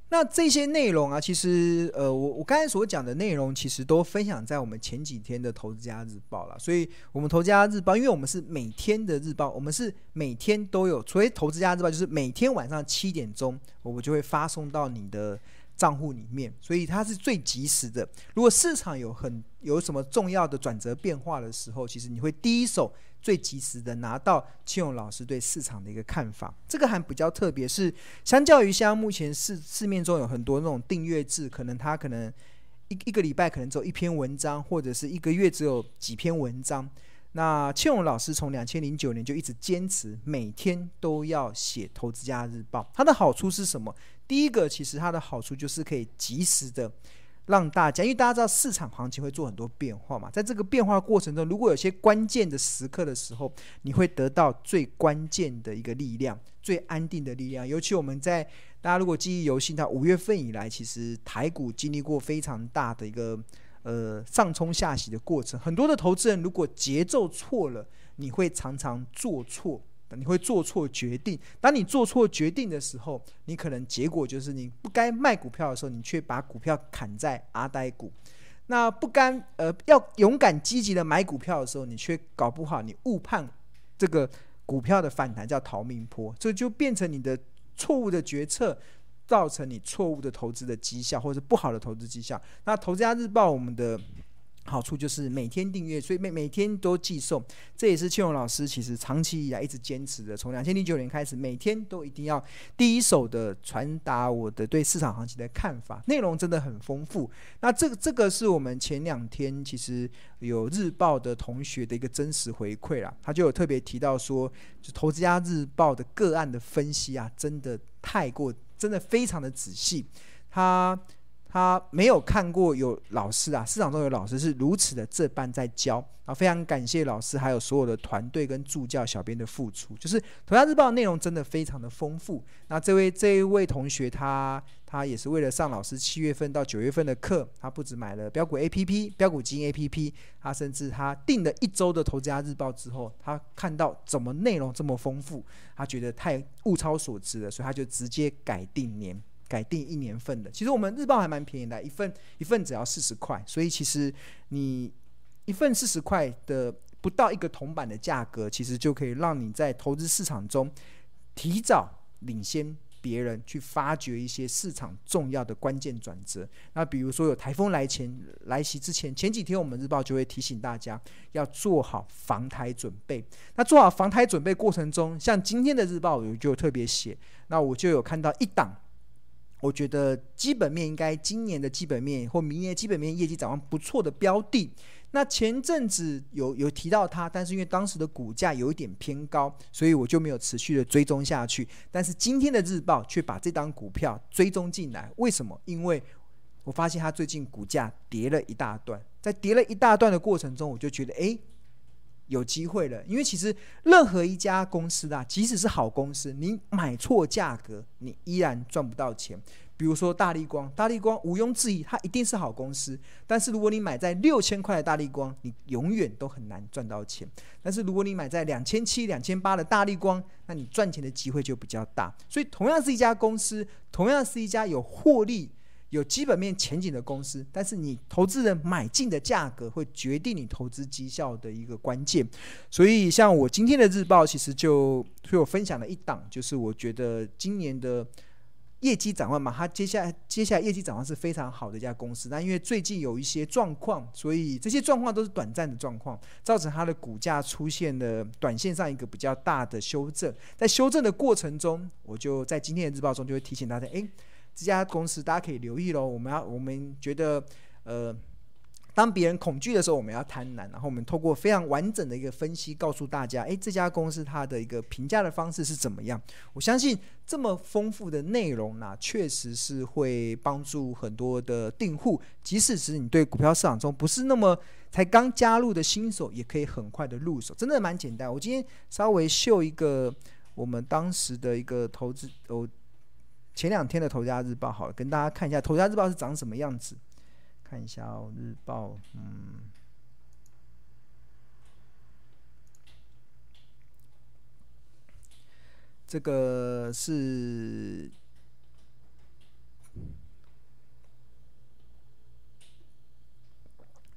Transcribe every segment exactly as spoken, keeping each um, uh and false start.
那这些内容啊，其实呃，我我刚才所讲的内容，其实都分享在我们前几天的投资家日报了。所以，我们投资家日报，因为我们是每天的日报，我们是每天都有，所谓投资家日报，就是每天晚上七点钟，我们就会发送到你的账户里面，所以它是最及时的。如果市场有很有什么重要的转折变化的时候，其实你会第一手最及时的拿到庆勇老师对市场的一个看法。这个还比较特别，是相较于像目前 市, 市面中有很多那种订阅制，可能它可能 一, 一个礼拜可能只有一篇文章，或者是一个月只有几篇文章。那庆勇老师从二零零九年就一直坚持每天都要写投资家日报。它的好处是什么？第一个，其实它的好处就是可以及时的让大家，因为大家知道市场行情会做很多变化嘛，在这个变化过程中，如果有些关键的时刻的时候，你会得到最关键的一个力量，最安定的力量。尤其我们在大家如果记忆犹新，到五月份以来，其实台股经历过非常大的一个呃上冲下洗的过程，很多的投资人如果节奏错了，你会常常做错。你会做错决定，当你做错决定的时候，你可能结果就是你不该卖股票的时候，你却把股票砍在阿呆股。那不该呃要勇敢积极的买股票的时候，你却搞不好你误判这个股票的反弹叫逃命坡，这就变成你的错误的决策，造成你错误的投资的绩效，或者是不好的投资绩效。那投资家日报我们的好处就是每天订阅，所以 每, 每天都寄送。这也是庆勇老师其实长期以来一直坚持的，从二零零九年开始，每天都一定要第一手的传达我的对市场行情的看法，内容真的很丰富。那这个这个是我们前两天其实有日报的同学的一个真实回馈啦，他就有特别提到说，就投资家日报的个案的分析啊，真的太过，真的非常的仔细。他他没有看过有老师啊，市场中有老师是如此的这般在教啊，非常感谢老师还有所有的团队跟助教小编的付出，就是投家日报的内容真的非常的丰富。那这位这一位同学他他也是为了上老师七月份到九月份的课，他不止买了标股 A P P 标股基金 A P P， 他甚至他订了一周的投家日报之后，他看到怎么内容这么丰富，他觉得太物超所值了，所以他就直接改订年改定一年份的。其实我们日报还蛮便宜的，一份一份只要四十块，所以其实你一份四十块的不到一个铜板的价格，其实就可以让你在投资市场中提早领先别人，去发掘一些市场重要的关键转折。那比如说有台风来前来袭之前，前几天我们日报就会提醒大家要做好防台准备。那做好防台准备过程中，像今天的日报我就特别写，那我就有看到一档。我觉得基本面应该今年的基本面或明年的基本面业绩展望不错的标的，那前阵子有有提到它，但是因为当时的股价有一点偏高，所以我就没有持续的追踪下去。但是今天的日报却把这档股票追踪进来，为什么？因为我发现它最近股价跌了一大段，在跌了一大段的过程中，我就觉得哎。有机会了，因为其实任何一家公司啊，即使是好公司，你买错价格，你依然赚不到钱。比如说大立光，大立光毋庸置疑，它一定是好公司。但是如果你买在六千块的大立光，你永远都很难赚到钱。但是如果你买在两千七、两千八的大立光，那你赚钱的机会就比较大。所以同样是一家公司，同样是一家有获利、有基本面前景的公司，但是你投资人买进的价格会决定你投资绩效的一个关键。所以像我今天的日报其实就就有分享了一档，就是我觉得今年的业绩展望嘛，它接下来接下来业绩展望是非常好的一家公司，但因为最近有一些状况，所以这些状况都是短暂的状况，造成它的股价出现了短线上一个比较大的修正。在修正的过程中，我就在今天的日报中就会提醒大家，哎，这家公司大家可以留意咯，我们要我们觉得呃当别人恐惧的时候，我们要贪婪，然后我们透过非常完整的一个分析，告诉大家，哎，这家公司它的一个评价的方式是怎么样。我相信这么丰富的内容呢，确实是会帮助很多的订户，即使是你对股票市场中不是那么才刚加入的新手，也可以很快的入手，真的蛮简单。我今天稍微秀一个我们当时的一个投资，我前两天的投家日报，好了，跟大家看一下投家日报是长什么样子。看一下哦，日报，嗯，这个是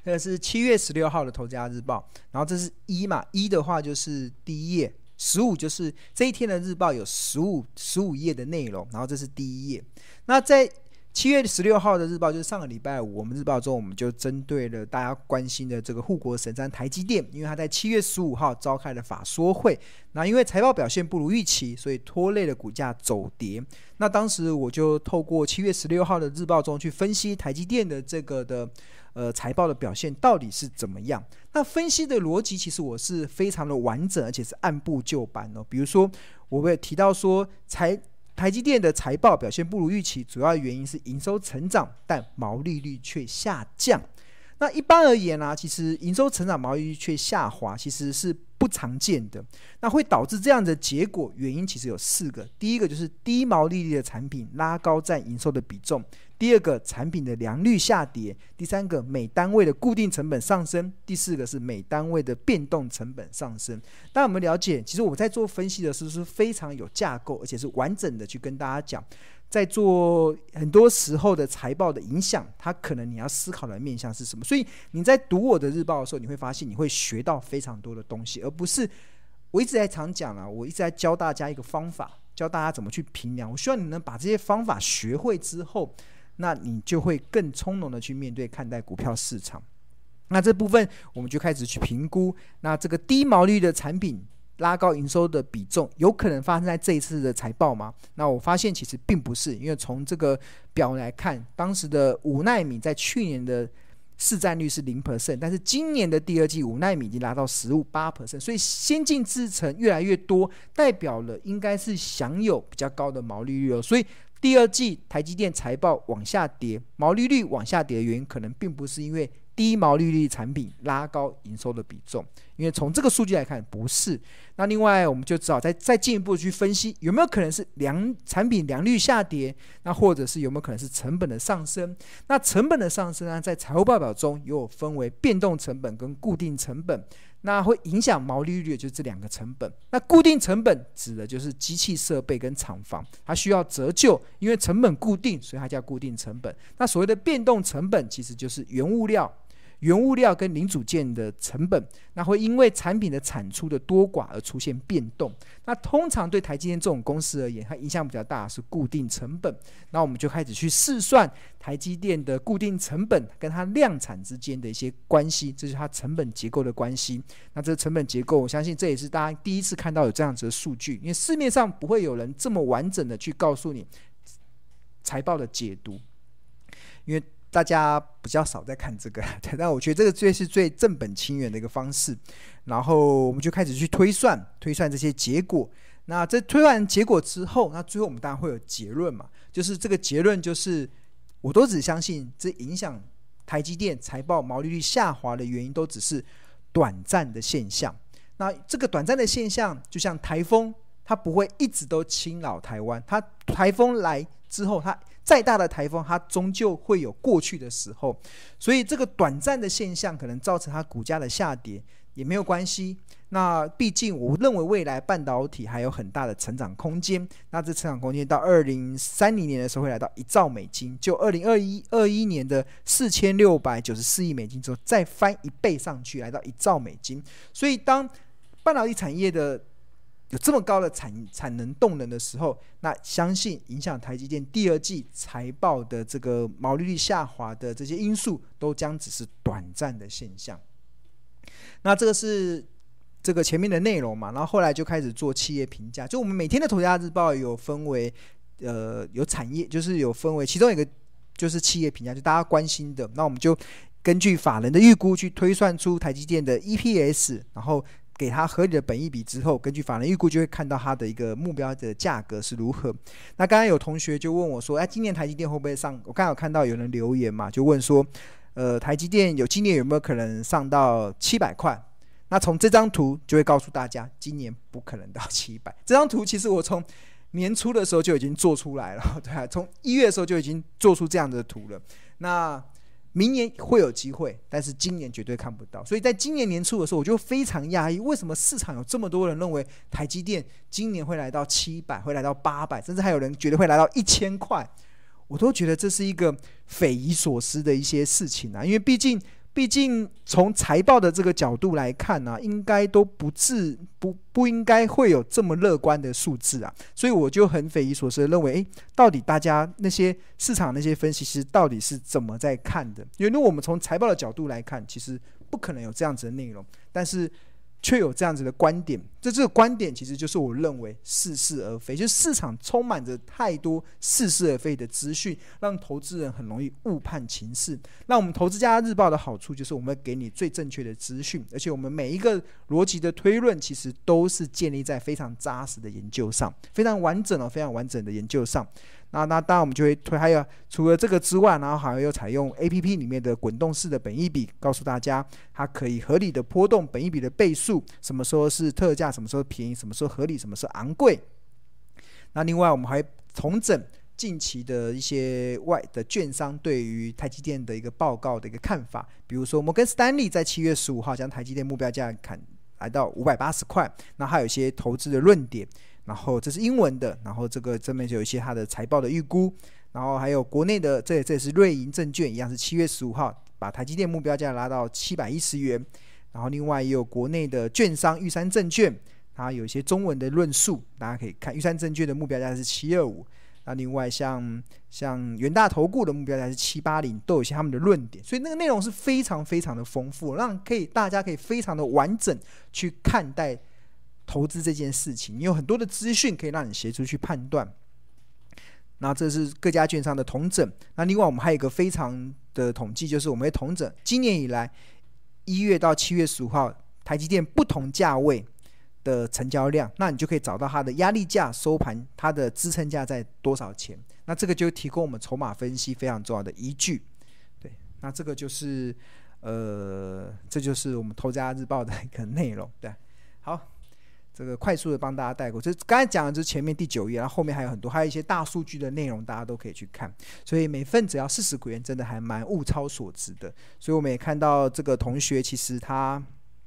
这个是七月十六号的头家日报，然后这是一嘛，一的话就是第一页，十五就是这一天的日报有十五十五页的内容，然后这是第一页。那在七月十六号的日报，就是上个礼拜五，我们日报中我们就针对了大家关心的这个护国神山台积电，因为它在七月十五号召开了法说会，那因为财报表现不如预期，所以拖累了股价走跌。那当时我就透过七月十六号的日报中去分析台积电的这个的呃财报的表现到底是怎么样。那分析的逻辑其实我是非常的完整，而且是按部就班哦。比如说我会提到说财台积电的财报表现不如预期，主要原因是营收成长，但毛利率却下降。那一般而言啊，其实营收成长毛利率却下滑，其实是不常见的。那会导致这样的结果，原因其实有四个。第一个就是低毛利率的产品拉高占营收的比重；第二个，产品的良率下跌；第三个，每单位的固定成本上升；第四个是每单位的变动成本上升。当然我们了解，其实我在做分析的时候是非常有架构，而且是完整的去跟大家讲，在做很多时候的财报的影响，它可能你要思考的面向是什么。所以你在读我的日报的时候，你会发现你会学到非常多的东西，而不是我一直在常讲啊，我一直在教大家一个方法，教大家怎么去评量。我希望你能把这些方法学会之后，那你就会更从容的去面对看待股票市场。那这部分我们就开始去评估，那这个低毛利的产品拉高营收的比重有可能发生在这一次的财报吗？那我发现其实并不是，因为从这个表来看，当时的五奈米在去年的市占率是 百分之零， 但是今年的第二季五奈米已经拉到 百分之十八， 所以先进制程越来越多，代表了应该是享有比较高的毛利率哦。所以第二季台积电财报往下跌，毛利率往下跌的原因可能并不是因为低毛利率产品拉高营收的比重，因为从这个数据来看不是。那另外我们就只好再再进一步去分析，有没有可能是良产品良率下跌，那或者是有没有可能是成本的上升。那成本的上升呢，在财务报表中有分为变动成本跟固定成本，那会影响毛利率的就是这两个成本。那固定成本指的就是机器设备跟厂房，它需要折旧，因为成本固定，所以它叫固定成本。那所谓的变动成本其实就是原物料原物料跟零组件的成本，那会因为产品的产出的多寡而出现变动。那通常对台积电这种公司而言，它影响比较大的是固定成本。那我们就开始去试算台积电的固定成本跟它量产之间的一些关系，这是它成本结构的关系。那这个成本结构，我相信这也是大家第一次看到有这样子的数据，因为市面上不会有人这么完整的去告诉你财报的解读，因为大家比较少在看这个，但我觉得这个最是最正本清源的一个方式。然后我们就开始去推算推算这些结果。那这推完结果之后，那最后我们当然会有结论嘛，就是这个结论就是我都只相信这影响台积电财报毛利率下滑的原因都只是短暂的现象。那这个短暂的现象就像台风，它不会一直都侵扰台湾，它台风来之后，它再大的台风它终究会有过去的时候，所以这个短暂的现象可能造成它股价的下跌也没有关系。那毕竟我认为未来半导体还有很大的成长空间，那这成长空间到二零三零年的时候会来到一兆美金，就二零二一二一年的四千六百九十四亿美金之后再翻一倍上去，来到一兆美金。所以当半导体产业的有这么高的 产, 产能动能的时候，那相信影响台积电第二季财报的这个毛利率下滑的这些因素都将只是短暂的现象。那这个是这个前面的内容嘛，然后后来就开始做企业评价，就我们每天的头家日报有分为呃有产业，就是有分为其中一个就是企业评价，就大家关心的，那我们就根据法人的预估去推算出台积电的 E P S， 然后给它合理的本益比之后，根据法人预估就会看到它的一个目标的价格是如何。那刚刚有同学就问我说，哎，今年台积电会不会上？我刚刚有看到有人留言嘛，就问说，呃，台积电有今年有没有可能上到七百块？那从这张图就会告诉大家，今年不可能到七百。这张图其实我从年初的时候就已经做出来了，对啊，从一月的时候就已经做出这样的图了。那明年会有机会，但是今年绝对看不到。所以在今年年初的时候，我就非常讶异，为什么市场有这么多人认为台积电今年会来到七百，会来到八百，甚至还有人觉得会来到一千块。我都觉得这是一个匪夷所思的一些事情啊，因为毕竟毕竟从财报的这个角度来看呢、啊，应该都不至不不应该会有这么乐观的数字啊，所以我就很匪夷所思的认为，诶，到底大家那些市场那些分析师到底是怎么在看的？因为如果我们从财报的角度来看，其实不可能有这样子的内容，但是却有这样子的观点，这这个观点其实就是我认为似是而非，就是市场充满着太多似是而非的资讯，让投资人很容易误判情势。那我们投资家日报的好处就是我们会给你最正确的资讯，而且我们每一个逻辑的推论其实都是建立在非常扎实的研究上，非常完整哦，非常完整的研究上。那那当然我们就会推，还有除了这个之外，然后还有采用 A P P 里面的滚动式的本益比，告诉大家它可以合理的波动本益比的倍数，什么时候是特价，什么时候便宜，什么时候合理，什么时候昂贵。那另外我们还统整近期的一些外的券商对于台积电的一个报告的一个看法，比如说摩根士丹利在七月十五号将台积电目标价砍来到五百八十块，那还有一些投资的论点。然后这是英文的，然后这个这边就有一些它的财报的预估，然后还有国内的，这这也是瑞银证券一样是七月十五号把台积电目标价拉到七百一十元，然后另外也有国内的券商玉山证券，它有一些中文的论述，大家可以看玉山证券的目标价是七二五，那另外像像元大投顾的目标价是七八零，都有一些他们的论点，所以那个内容是非常非常的丰富，让可以大家可以非常的完整去看待投资这件事情，你有很多的资讯可以让你协助去判断。那这是各家券商的统整。那另外我们还有一个非常的统计，就是我们会统整今年以来一月到七月十五号台积电不同价位的成交量，那你就可以找到它的压力价、收盘它的支撑价在多少钱。那这个就提供我们筹码分析非常重要的依据。对，那这个就是呃，这就是我们投资家日报的一个内容。对，好。这个快速的帮大家带过，这刚才讲的就是前面第九页，然后后面还有很多，还有一些大数据的内容，大家都可以去看。所以每份只要四十股元，真的还蛮物超所值的。所以我们也看到这个同学，其实他，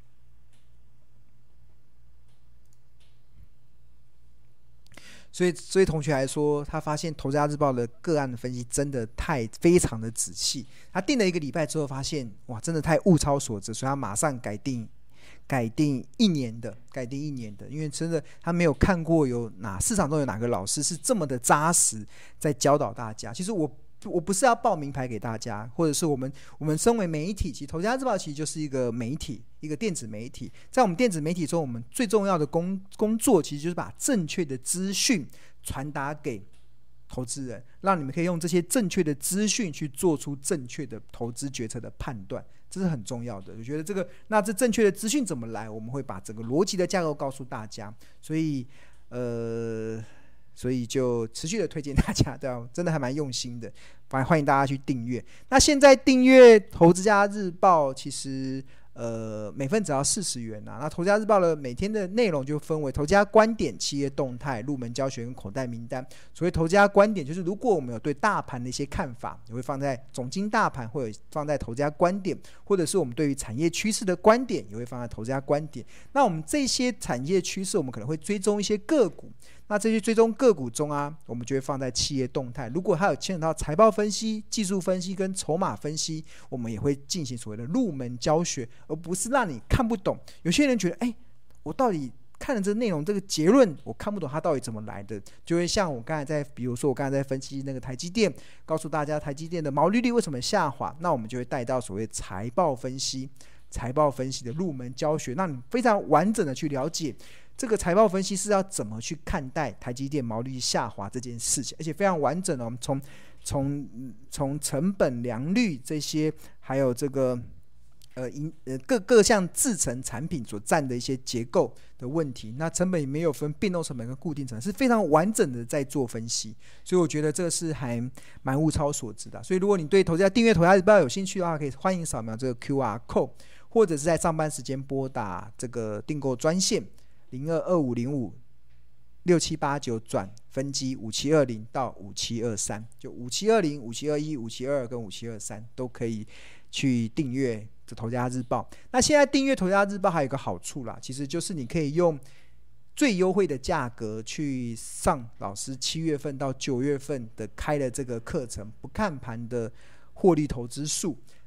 所以所以同学还说，他发现投资家日报的个案的分析真的太非常的仔细。他定了一个礼拜之后，发现哇，真的太物超所值，所以他马上改定。改定一年的，改定一年的，因为真的他没有看过有哪市场中有哪个老师是这么的扎实在教导大家。其实我我不是要报名牌给大家，或者是我们我们身为媒体，其实投资家日报其实就是一个媒体，一个电子媒体。在我们电子媒体中，我们最重要的工工作其实就是把正确的资讯传达给投资人，让你们可以用这些正确的资讯去做出正确的投资决策的判断。这是很重要的，我觉得这个，那这正确的资讯怎么来？我们会把整个逻辑的架构告诉大家，所以，呃，所以就持续的推荐大家，对吧？真的还蛮用心的，欢迎大家去订阅。那现在订阅投资家日报，其实呃每份只要四十元啊。那投资家日报的每天的内容就分为投资家观点、企业动态、入门教学跟口袋名单。所谓投资家观点，就是如果我们有对大盘的一些看法，也会放在总经大盘，或者放在投资家观点，或者是我们对于产业趋势的观点，也会放在投资家观点。那我们这些产业趋势，我们可能会追踪一些个股。那这些追踪个股中啊，我们就会放在企业动态。如果它有牵扯到财报分析、技术分析跟筹码分析，我们也会进行所谓的入门教学，而不是让你看不懂。有些人觉得，哎，我到底看了这个内容，这个结论我看不懂，它到底怎么来的？就会像我刚才在，比如说我刚才在分析那个台积电，告诉大家台积电的毛利率为什么下滑，那我们就会带到所谓财报分析、财报分析的入门教学，让你非常完整的去了解。这个财报分析是要怎么去看待台积电毛利率下滑这件事情，而且非常完整的，我们从从从成本、良率这些，还有这个呃呃各各项制成产品所占的一些结构的问题，那成本也没有分变动成本跟固定成本，是非常完整的在做分析，所以我觉得这个是还蛮物超所值的。所以如果你对投资家订阅投资家日报有兴趣的话，可以欢迎扫描这个 Q R code， 或者是在上班时间拨打这个订购专线。零二二五零五六七八九转分机五七二零到五七二三，就五七二零、五七二一、五七二二跟五七二三都可以去订阅这投资家日报。那现在订阅投资家日报还有一个好处啦，其实就是你可以用最优惠的价格去上老师七月份到九月份的开的这个课程，不看盘的获利投资术。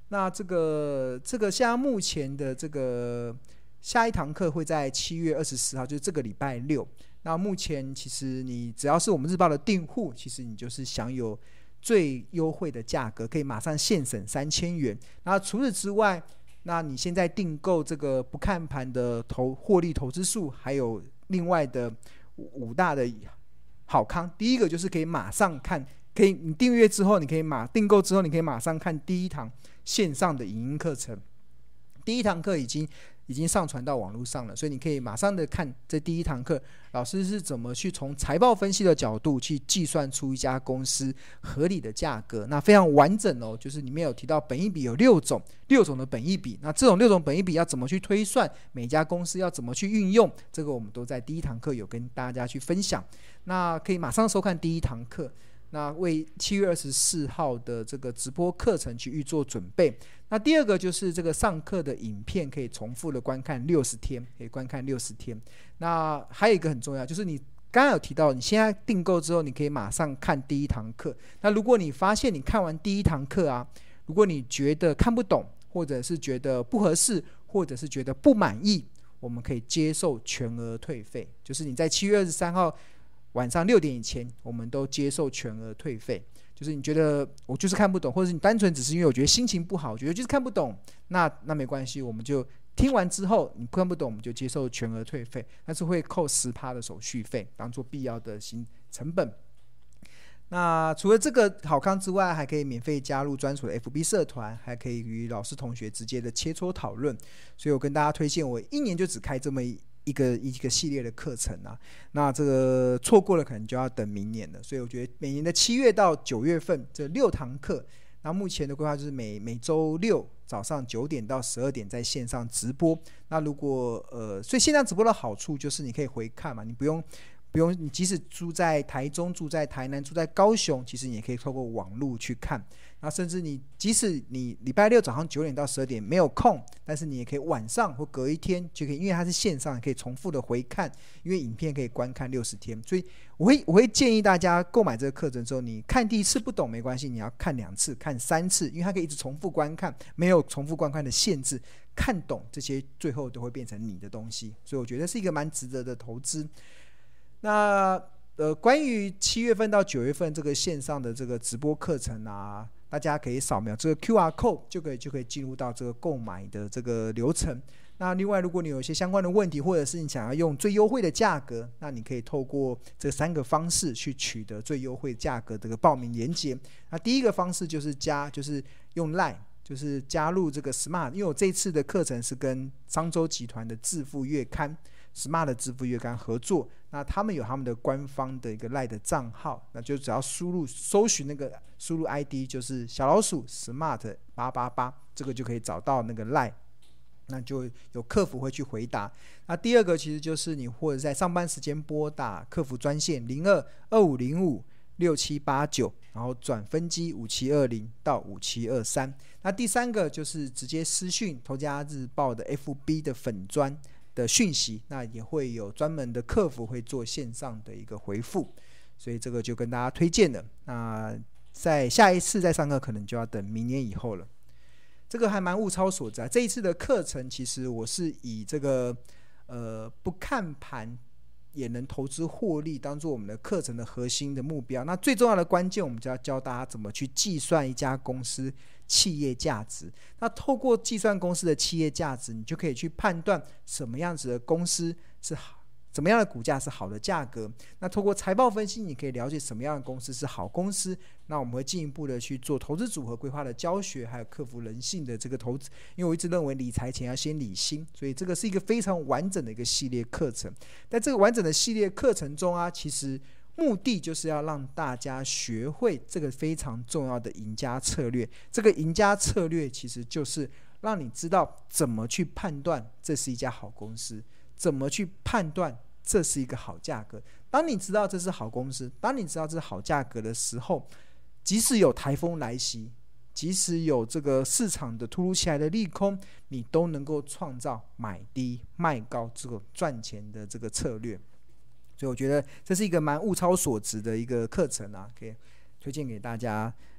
那这个这个现在目前的这个下一堂课会在七月二十四号，就是这个礼拜六。那目前其实你只要是我们日报的订户，其实你就是享有最优惠的价格，可以马上现省三千元。那除此之外，那你现在订购这个不看盘的投获利投资数，还有另外的五大的好康。第一个就是可以马上看，可以你订阅之后，你可以马订购之后，你可以马上看第一堂线上的影音课程。第一堂课已经已经上传到网络上了，所以你可以马上的看这第一堂课，老师是怎么去从财报分析的角度去计算出一家公司合理的价格。那非常完整哦，就是里面有提到本益比有六种，六种的本益比。那这种六种本益比要怎么去推算，每家公司要怎么去运用，这个我们都在第一堂课有跟大家去分享。那可以马上收看第一堂课。那为七月二十四号的这个直播课程去预做准备。那第二个就是这个上课的影片可以重复的观看六十天，可以观看六十天。那还有一个很重要，就是你刚刚有提到，你现在订购之后，你可以马上看第一堂课。那如果你发现你看完第一堂课啊，如果你觉得看不懂，或者是觉得不合适，或者是觉得不满意，我们可以接受全额退费，就是你在七月二十三号晚上六点以前，我们都接受全额退费。就是你觉得我就是看不懂，或者是你单纯只是因为我觉得心情不好，我觉得就是看不懂，那那没关系，我们就听完之后你看不懂，我们就接受全额退费，但是会扣 百分之十 的手续费，当做必要的行成本。那除了这个好康之外，还可以免费加入专属的 F B 社团，还可以与老师同学直接的切磋讨论。所以我跟大家推荐，我一年就只开这么一一个一个系列的课程啊，那这个错过了可能就要等明年了。所以我觉得每年的七月到九月份这六堂课，那目前的规划就是每每周六早上九点到十二点在线上直播。那如果呃，所以线上直播的好处就是你可以回看嘛，你不用。不用，你即使住在台中、住在台南、住在高雄，其实你也可以透过网络去看。那甚至你即使你礼拜六早上九点到十二点没有空，但是你也可以晚上或隔一天就可以，因为它是线上，可以重复的回看，因为影片可以观看六十天。所以我会我会建议大家购买这个课程之后，你看第一次不懂没关系，你要看两次、看三次，因为它可以一直重复观看，没有重复观看的限制。看懂这些，最后都会变成你的东西。所以我觉得是一个蛮值得的投资。那呃，关于七月份到九月份这个线上的这个直播课程啊，大家可以扫描这个 Q R code 就可以就可以进入到这个购买的这个流程。那另外，如果你有一些相关的问题，或者是你想要用最优惠的价格，那你可以透过这三个方式去取得最优惠价格这个报名连结。那第一个方式就是加，就是用 Line， 就是加入这个 Smart， 因为我这一次的课程是跟商周集团的致富月刊。Smart 的致富月刊合作，那他们有他们的官方的一个 Line 的账号，那就只要输入搜寻那个输入 I D 就是小老鼠 Smart 八八八，这个就可以找到那个 Line， 那就有客服会去回答。那第二个其实就是你或者在上班时间拨打客服专线零二二五零五六七八九，然后转分机五七二零到五七二三。那第三个就是直接私讯头家日报的 F B 的粉专的讯息，那也会有专门的客服会做线上的一个回复，所以这个就跟大家推荐了。那在下一次再上课可能就要等明年以后了，这个还蛮物超所值。这一次的课程其实我是以这个呃不看盘也能投资获利当做我们的课程的核心的目标。那最重要的关键，我们就要教大家怎么去计算一家公司企业价值。那透过计算公司的企业价值，你就可以去判断什么样子的公司是好，怎么样的股价是好的价格。那透过财报分析，你可以了解什么样的公司是好公司。那我们会进一步的去做投资组合规划的教学，还有克服人性的这个投资。因为我一直认为理财前要先理心，所以这个是一个非常完整的一个系列课程。在这个完整的系列课程中啊，其实目的就是要让大家学会这个非常重要的赢家策略。这个赢家策略其实就是让你知道怎么去判断这是一家好公司，怎么去判断这是一个好价格。当你知道这是好公司，当你知道这是好价格的时候，即使有台风来袭，即使有这个市场的突如其来的利空，你都能够创造买低卖高这个赚钱的这个策略。所以我觉得这是一个蛮物超所值的一个课程啊，可以推荐给大家